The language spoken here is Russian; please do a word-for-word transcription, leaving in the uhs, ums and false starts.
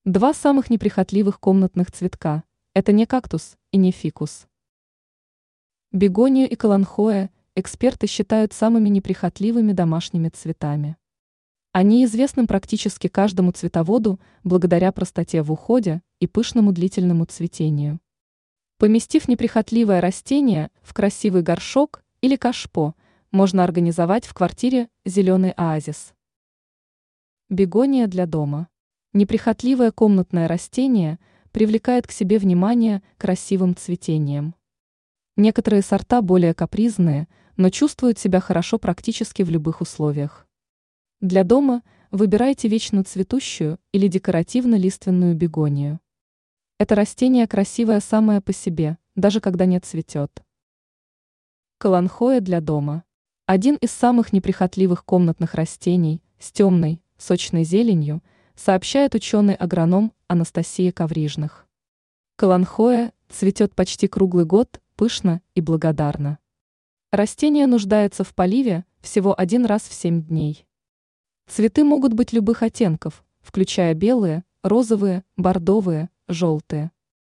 Два самых неприхотливых комнатных цветка – это не кактус и не фикус. Бегонию и каланхоэ эксперты считают самыми неприхотливыми домашними цветами. Они известны практически каждому цветоводу благодаря простоте в уходе и пышному длительному цветению. Поместив неприхотливое растение в красивый горшок или кашпо, можно организовать в квартире зеленый оазис. Бегония для дома. Неприхотливое комнатное растение привлекает к себе внимание красивым цветением. Некоторые сорта более капризные, но чувствуют себя хорошо практически в любых условиях. Для дома выбирайте вечно цветущую или декоративно-лиственную бегонию. Это растение красивое самое по себе, даже когда не цветет. Каланхоэ для дома. Один из самых неприхотливых комнатных растений с темной, сочной зеленью, сообщает ученый-агроном Анастасия Коврижных. Каланхоэ цветет почти круглый год, пышно и благодарно. Растение нуждается в поливе всего один раз в семь дней. Цветы могут быть любых оттенков, включая белые, розовые, бордовые, желтые.